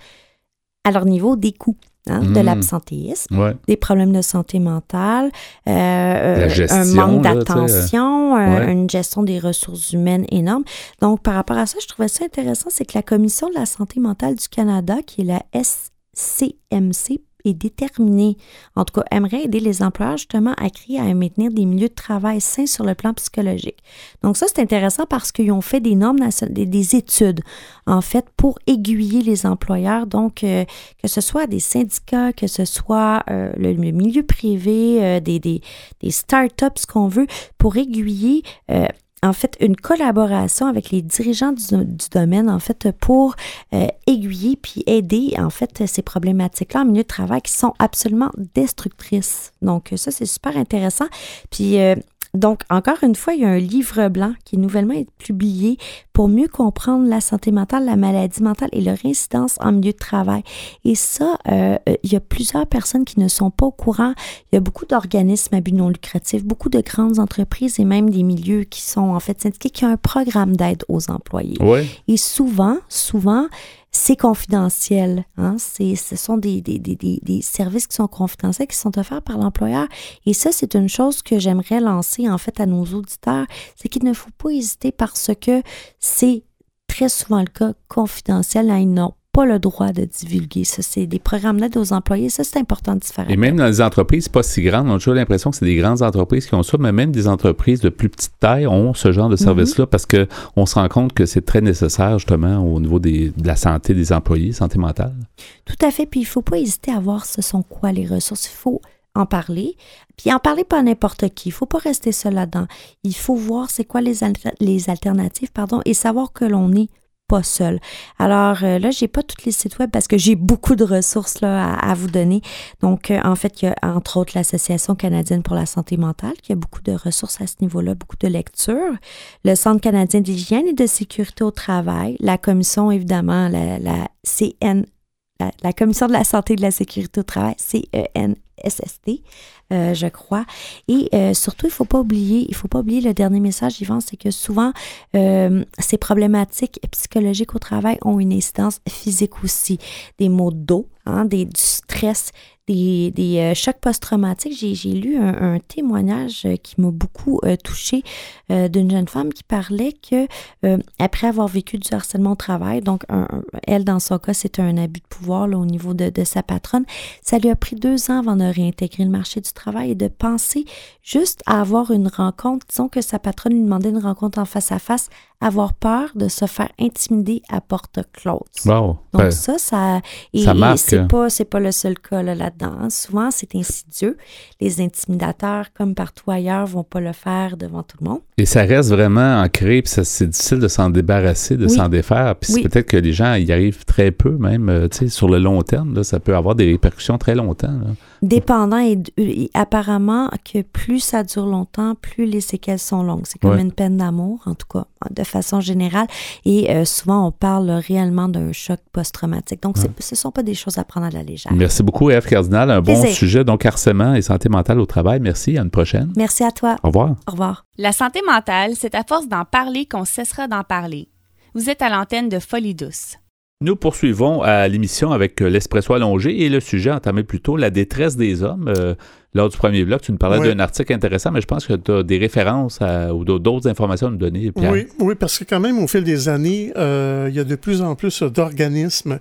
à leur niveau des coûts. Hein, mmh. de l'absentéisme, ouais. des problèmes de santé mentale, euh, gestion, un manque là, d'attention, euh, ouais. une gestion des ressources humaines énorme. Donc, par rapport à ça, je trouvais ça intéressant, c'est que la Commission de la santé mentale du Canada, qui est la S C M C, est déterminée, en tout cas, aimerait aider les employeurs justement à créer, à maintenir des milieux de travail sains sur le plan psychologique. Donc ça, c'est intéressant parce qu'ils ont fait des normes nationales, des, des études, en fait, pour aiguiller les employeurs, donc euh, que ce soit des syndicats, que ce soit euh, le, le milieu privé, euh, des, des, des start-up, ce qu'on veut, pour aiguiller euh, en fait, une collaboration avec les dirigeants du, du domaine, en fait, pour euh, aiguiller puis aider, en fait, ces problématiques-là en milieu de travail qui sont absolument destructrices. Donc, ça, c'est super intéressant. Puis, euh, donc, encore une fois, il y a un livre blanc qui est nouvellement publié pour mieux comprendre la santé mentale, la maladie mentale et leur incidence en milieu de travail. Et ça, euh, il y a plusieurs personnes qui ne sont pas au courant. Il y a beaucoup d'organismes à but non lucratif, beaucoup de grandes entreprises et même des milieux qui sont en fait syndiqués, qui ont un programme d'aide aux employés. Ouais. Et souvent, souvent, c'est confidentiel. Hein? C'est, ce sont des, des, des, des services qui sont confidentiels, qui sont offerts par l'employeur. Et ça, c'est une chose que j'aimerais lancer en fait à nos auditeurs, c'est qu'il ne faut pas hésiter parce que c'est très souvent le cas confidentiel. Hein? Ils n'ont pas le droit de divulguer. Ça, c'est des programmes d'aide aux employés. Ça, c'est important de faire. Et même dans les entreprises pas si grandes, on a toujours l'impression que c'est des grandes entreprises qui ont ça, mais même des entreprises de plus petite taille ont ce genre de service-là mm-hmm. parce qu'on se rend compte que c'est très nécessaire justement au niveau des, de la santé des employés, santé mentale. Tout à fait. Puis il ne faut pas hésiter à voir ce sont quoi les ressources. Il faut en parler. Puis en parler pas à n'importe qui. Il ne faut pas rester seul là-dedans. Il faut voir c'est quoi les, alter- les alternatives pardon, et savoir que l'on est pas seul. Alors euh, là, j'ai pas tous les sites web parce que j'ai beaucoup de ressources là, à, à vous donner. Donc, euh, en fait, il y a entre autres l'Association canadienne pour la santé mentale qui a beaucoup de ressources à ce niveau-là, beaucoup de lectures. Le Centre canadien d'hygiène et de sécurité au travail, la commission, évidemment, la, la C N, la, la Commission de la santé et de la sécurité au travail, C E N S S T, euh, je crois. Et euh, surtout, il ne faut pas oublier, il faut pas oublier le dernier message, Yvan, c'est que souvent, euh, ces problématiques psychologiques au travail ont une incidence physique aussi. Des maux de dos, hein, des, du stress, des, des euh, chocs post-traumatiques. J'ai, j'ai lu un, un témoignage qui m'a beaucoup euh, touchée euh, d'une jeune femme qui parlait que euh, après avoir vécu du harcèlement au travail, donc un, un, elle, dans son cas, c'était un abus de pouvoir là, au niveau de, de sa patronne, ça lui a pris deux ans avant de réintégrer le marché du travail et de penser juste à avoir une rencontre, disons que sa patronne lui demandait une rencontre en face à face, avoir peur de se faire intimider à porte close. Wow. Donc ben, ça, ça, et, ça marque. Et c'est pas, c'est pas le seul cas là, là-dedans. Hein. Souvent, c'est insidieux. Les intimidateurs, comme partout ailleurs, vont pas le faire devant tout le monde. Et ça reste vraiment ancré, puis ça, c'est difficile de s'en débarrasser, de oui. s'en défaire. Puis oui. peut-être que les gens y arrivent très peu, même, euh, tu sais, sur le long terme, là, ça peut avoir des répercussions très longtemps. Là. Dépendant, et, et apparemment que plus ça dure longtemps, plus les séquelles sont longues. C'est comme ouais. une peine d'amour, en tout cas, de façon générale. Et euh, souvent, on parle réellement d'un choc post-traumatique. Donc, ouais. ce ne sont pas des choses à prendre à la légère. Merci beaucoup, Ève Cardinal. Un Plaisir. Bon sujet, donc harcèlement et santé mentale au travail. Merci, à une prochaine. Merci à toi. Au revoir. Au revoir. La santé mentale, c'est à force d'en parler qu'on cessera d'en parler. Vous êtes à l'antenne de Folie douce. Nous poursuivons à l'émission avec l'Espresso allongé et le sujet entamé plus tôt, la détresse des hommes. Euh, lors du premier bloc, tu nous parlais ouais. d'un article intéressant, mais je pense que tu as des références à, ou d'autres informations à nous donner, Pierre. Oui, oui, parce que quand même, au fil des années, euh, il y a de plus en plus d'organismes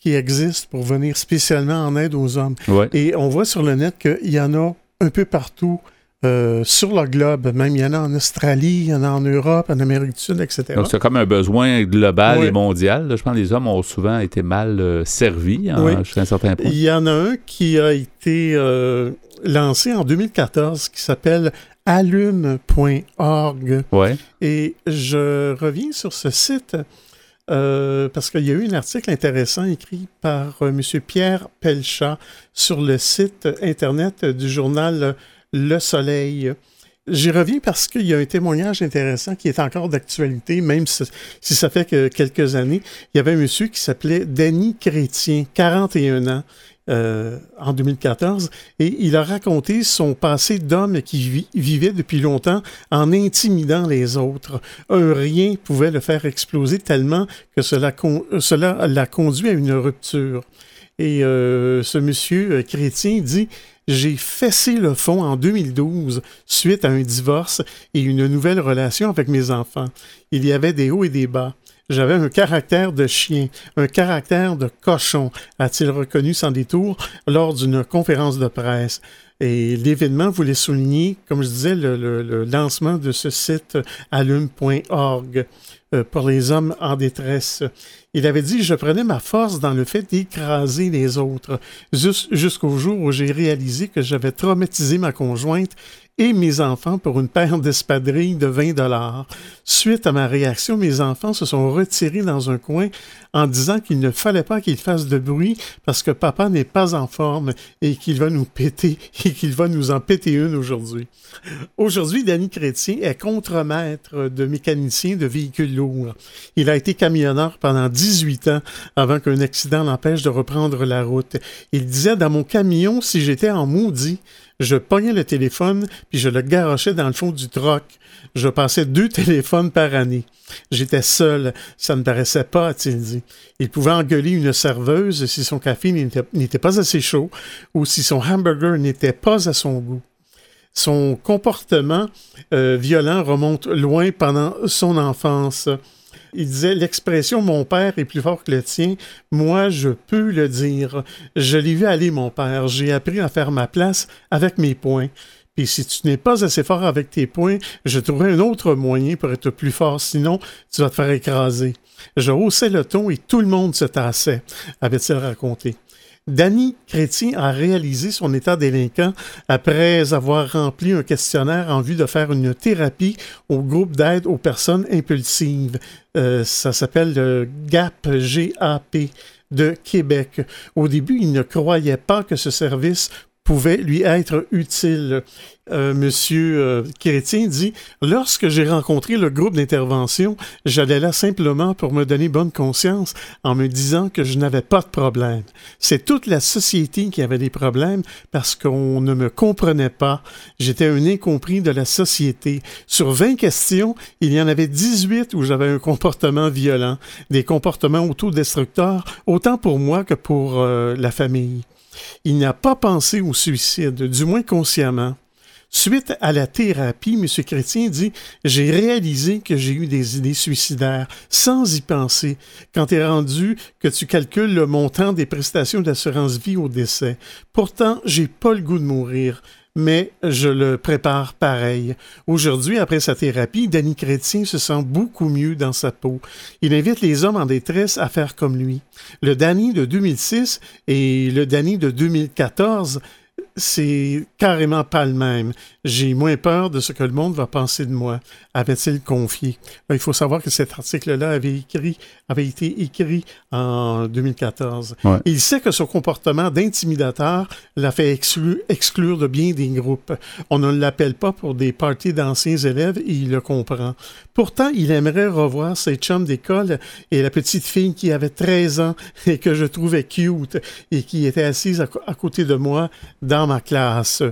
qui existent pour venir spécialement en aide aux hommes. Ouais. Et on voit sur le net qu'il y en a un peu partout euh, sur le globe. Même il y en a en Australie, il y en a en Europe, en Amérique du Sud, et cetera. Donc, c'est comme un besoin global Oui. et mondial. Là, je pense que les hommes ont souvent été mal euh, servis hein, Oui. jusqu'à un certain point. Il y en a un qui a été euh, lancé en deux mille quatorze qui s'appelle allume point org. Ouais. Et je reviens sur ce site euh, parce qu'il y a eu un article intéressant écrit par euh, M. Pierre Pelchat sur le site Internet du journal Le Soleil. J'y reviens parce qu'il y a un témoignage intéressant qui est encore d'actualité, même si, si ça fait que quelques années. Il y avait un monsieur qui s'appelait Danny Chrétien, quarante et un ans, euh, en deux mille quatorze, et il a raconté son passé d'homme qui vi- vivait depuis longtemps en intimidant les autres. Un rien pouvait le faire exploser tellement que cela, con- cela l'a conduit à une rupture. Et euh, ce monsieur euh, Chrétien dit... J'ai fessé le fond en deux mille douze suite à un divorce et une nouvelle relation avec mes enfants. Il y avait des hauts et des bas. J'avais un caractère de chien, un caractère de cochon, a-t-il reconnu sans détour lors d'une conférence de presse. Et l'événement voulait souligner, comme je disais, le, le, le lancement de ce site allume point org euh, pour les hommes en détresse. Il avait dit « Je prenais ma force dans le fait d'écraser les autres, jus- jusqu'au jour où j'ai réalisé que j'avais traumatisé ma conjointe et mes enfants pour une paire d'espadrilles de vingt dollars. Suite à ma réaction, mes enfants se sont retirés dans un coin en disant qu'il ne fallait pas qu'ils fassent de bruit parce que papa n'est pas en forme et qu'il va nous péter et qu'il va nous en péter une aujourd'hui. » Aujourd'hui, Danny Chrétien est contremaître de mécanicien de véhicules lourds. Il a été camionneur pendant dix-huit ans avant qu'un accident l'empêche de reprendre la route. Il disait « Dans mon camion, si j'étais en maudit, je pognais le téléphone puis je le garochais dans le fond du troc. Je passais deux téléphones par année. J'étais seul, ça ne paraissait pas, a-t-il dit. Il pouvait engueuler une serveuse si son café n'était, n'était pas assez chaud ou si son hamburger n'était pas à son goût. Son comportement euh, violent remonte loin pendant son enfance. Il disait « L'expression « mon père est plus fort que le tien », moi, je peux le dire. Je l'ai vu aller, mon père. J'ai appris à faire ma place avec mes poings. Puis si tu n'es pas assez fort avec tes poings, je trouverai un autre moyen pour être plus fort. Sinon, tu vas te faire écraser. Je haussais le ton et tout le monde se tassait, avait-il raconté. Danny Chrétien a réalisé son état délinquant après avoir rempli un questionnaire en vue de faire une thérapie au groupe d'aide aux personnes impulsives. Euh, ça s'appelle le G A P, G A P de Québec. Au début, il ne croyait pas que ce service pouvait lui être utile. Euh, Monsieur euh, Chrétien dit « Lorsque j'ai rencontré le groupe d'intervention, j'allais là simplement pour me donner bonne conscience en me disant que je n'avais pas de problème. C'est toute la société qui avait des problèmes parce qu'on ne me comprenait pas. J'étais un incompris de la société. Sur vingt questions, il y en avait dix-huit où j'avais un comportement violent, des comportements autodestructeurs, autant pour moi que pour euh, la famille. Il n'a pas pensé au suicide, du moins consciemment. Suite à la thérapie, M. Chrétien dit « J'ai réalisé que j'ai eu des idées suicidaires sans y penser quand tu es rendu que tu calcules le montant des prestations d'assurance-vie au décès. Pourtant, j'ai pas le goût de mourir. » Mais je le prépare pareil. Aujourd'hui, après sa thérapie, Danny Chrétien se sent beaucoup mieux dans sa peau. Il invite les hommes en détresse à faire comme lui. Le Danny de deux mille six et le Danny de deux mille quatorze, c'est carrément pas le même. J'ai moins peur de ce que le monde va penser de moi, avait-il confié. Là, il faut savoir que cet article-là avait, écrit, avait été écrit en deux mille quatorze. Ouais. Il sait que son comportement d'intimidateur l'a fait exclure, exclure de bien des groupes. On ne l'appelle pas pour des parties d'anciens élèves et il le comprend. Pourtant, il aimerait revoir ses chums d'école et la petite fille qui avait treize ans et que je trouvais cute et qui était assise à, à côté de moi dans ma classe.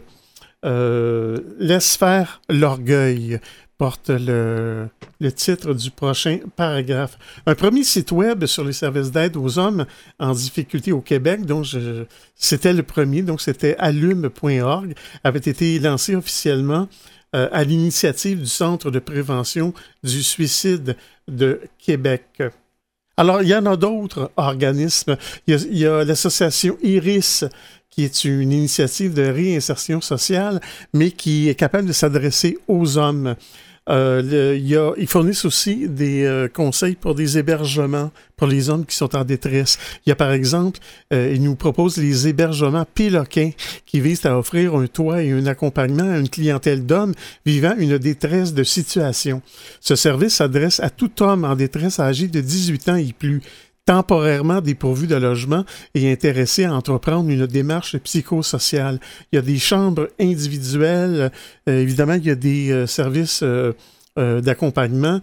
Euh, Laisse faire l'orgueil porte le, le titre du prochain paragraphe. Un premier site web sur les services d'aide aux hommes en difficulté au Québec, donc je, c'était le premier, donc c'était allume point org, avait été lancé officiellement euh, à l'initiative du Centre de prévention du suicide de Québec. Alors, il y en a d'autres organismes. Il y a, il y a l'association Iris, qui est une initiative de réinsertion sociale, mais qui est capable de s'adresser aux hommes. Euh, le, il y a, ils fournissent aussi des euh, conseils pour des hébergements pour les hommes qui sont en détresse. Il y a par exemple, euh, ils nous proposent les hébergements Péloquin qui visent à offrir un toit et un accompagnement à une clientèle d'hommes vivant une détresse de situation. Ce service s'adresse à tout homme en détresse âgé de dix-huit ans et plus, temporairement dépourvu de logement et intéressé à entreprendre une démarche psychosociale. Il y a des chambres individuelles, euh, évidemment, il y a des euh, services euh, euh, d'accompagnement.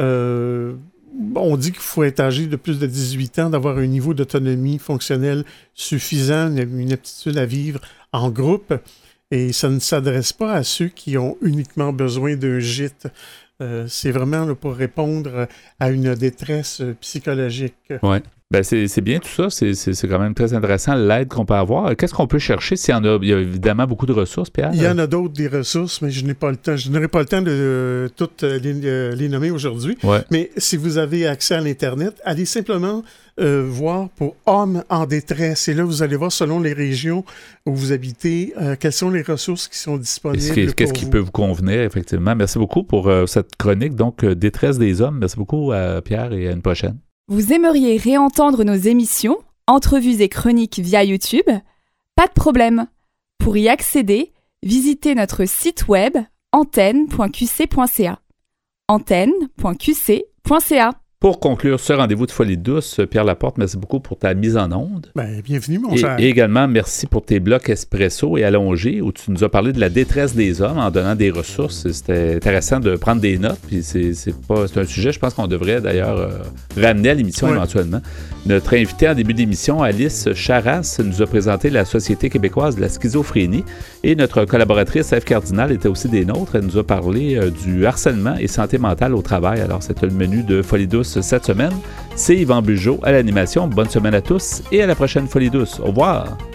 Euh, on dit qu'il faut être âgé de plus de dix-huit ans, d'avoir un niveau d'autonomie fonctionnelle suffisant, une, une aptitude à vivre en groupe. Et ça ne s'adresse pas à ceux qui ont uniquement besoin d'un gîte. Euh, c'est vraiment là, pour répondre à une détresse psychologique. Oui. Ben c'est, c'est bien tout ça. C'est, c'est, c'est quand même très intéressant l'aide qu'on peut avoir. Qu'est-ce qu'on peut chercher s'il y en a? Il y a évidemment beaucoup de ressources, Pierre. Il y en a d'autres des ressources, mais je n'ai pas le temps. Je n'aurai pas le temps de euh, toutes les, les nommer aujourd'hui. Ouais. Mais si vous avez accès à l'Internet, allez simplement euh, voir pour hommes en détresse. Et là, vous allez voir selon les régions où vous habitez, euh, quelles sont les ressources qui sont disponibles. Qu'est-ce, qui, qu'est-ce qui peut vous convenir, effectivement. Merci beaucoup pour euh, cette chronique, donc euh, Détresse des hommes. Merci beaucoup à Pierre et à une prochaine. Vous aimeriez réentendre nos émissions, entrevues et chroniques via YouTube? Pas de problème. Pour y accéder, visitez notre site web antenne point q c point c a. antenne point q c point c a. Pour conclure ce rendez-vous de Folie douce, Pierre Laporte, merci beaucoup pour ta mise en onde. Ben, bienvenue, mon et, cher. Et également, merci pour tes blocs espresso et allongés où tu nous as parlé de la détresse des hommes en donnant des ressources. C'était intéressant de prendre des notes. Puis c'est, c'est, pas, c'est un sujet, je pense qu'on devrait d'ailleurs euh, ramener à l'émission oui. éventuellement. Notre invitée en début d'émission, Alice Charras, nous a présenté la Société québécoise de la schizophrénie. Et notre collaboratrice, Ève Cardinal, était aussi des nôtres. Elle nous a parlé euh, du harcèlement et santé mentale au travail. Alors, c'était le menu de Folie douce cette semaine. C'est Yvan Bugeaud à l'animation. Bonne semaine à tous et à la prochaine Folie douce. Au revoir!